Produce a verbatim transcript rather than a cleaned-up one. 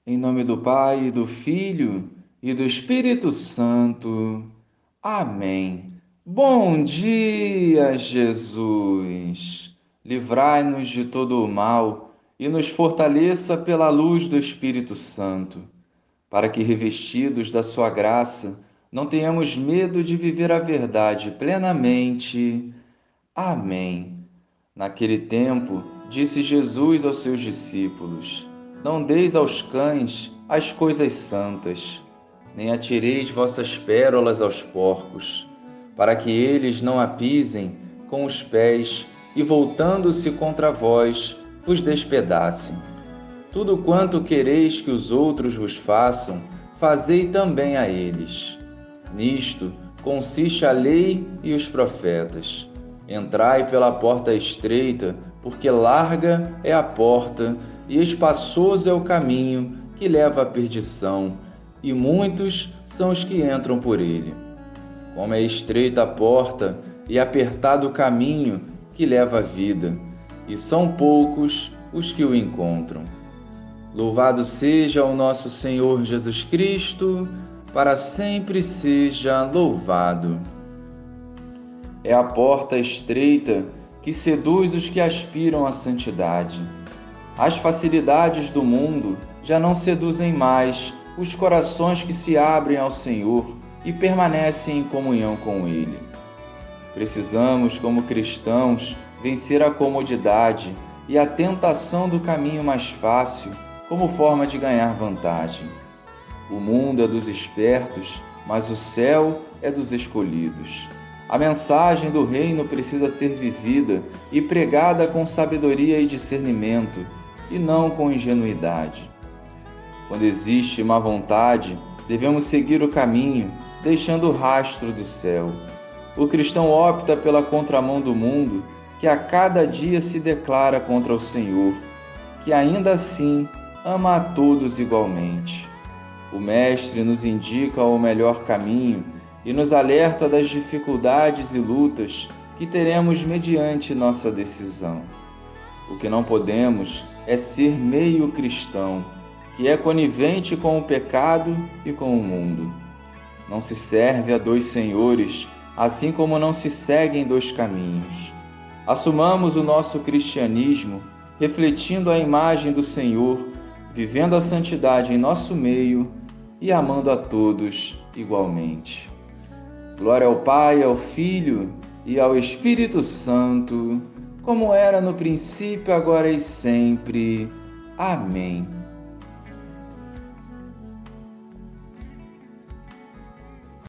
Em nome do Pai, do Filho e do Espírito Santo. Amém. Bom dia, Jesus! Livrai-nos de todo o mal e nos fortaleça pela luz do Espírito Santo, para que, revestidos da sua graça, não tenhamos medo de viver a verdade plenamente. Amém. Naquele tempo, disse Jesus aos seus discípulos: Não deis aos cães as coisas santas, nem atireis vossas pérolas aos porcos, para que eles não a pisem com os pés e, voltando-se contra vós, vos despedacem. Tudo quanto quereis que os outros vos façam, fazei também a eles. Nisto consiste a lei e os profetas. Entrai pela porta estreita, porque larga é a porta e espaçoso é o caminho que leva à perdição, e muitos são os que entram por ele. Como é estreita a porta e apertado o caminho que leva à vida, e são poucos os que o encontram. Louvado seja o nosso Senhor Jesus Cristo, para sempre seja louvado. É a porta estreita que seduz os que aspiram à santidade. As facilidades do mundo já não seduzem mais os corações que se abrem ao Senhor e permanecem em comunhão com Ele. Precisamos, como cristãos, vencer a comodidade e a tentação do caminho mais fácil como forma de ganhar vantagem. O mundo é dos espertos, mas o céu é dos escolhidos. A mensagem do reino precisa ser vivida e pregada com sabedoria e discernimento, e não com ingenuidade. Quando existe má vontade, devemos seguir o caminho, deixando o rastro do céu. O cristão opta pela contramão do mundo, que a cada dia se declara contra o Senhor, que ainda assim ama a todos igualmente. O Mestre nos indica o melhor caminho e nos alerta das dificuldades e lutas que teremos mediante nossa decisão. O que não podemos é ser meio cristão, que é conivente com o pecado e com o mundo. Não se serve a dois senhores, assim como não se seguem dois caminhos. Assumamos o nosso cristianismo, refletindo a imagem do Senhor, vivendo a santidade em nosso meio e amando a todos igualmente. Glória ao Pai, ao Filho e ao Espírito Santo, como era no princípio, agora e sempre. Amém.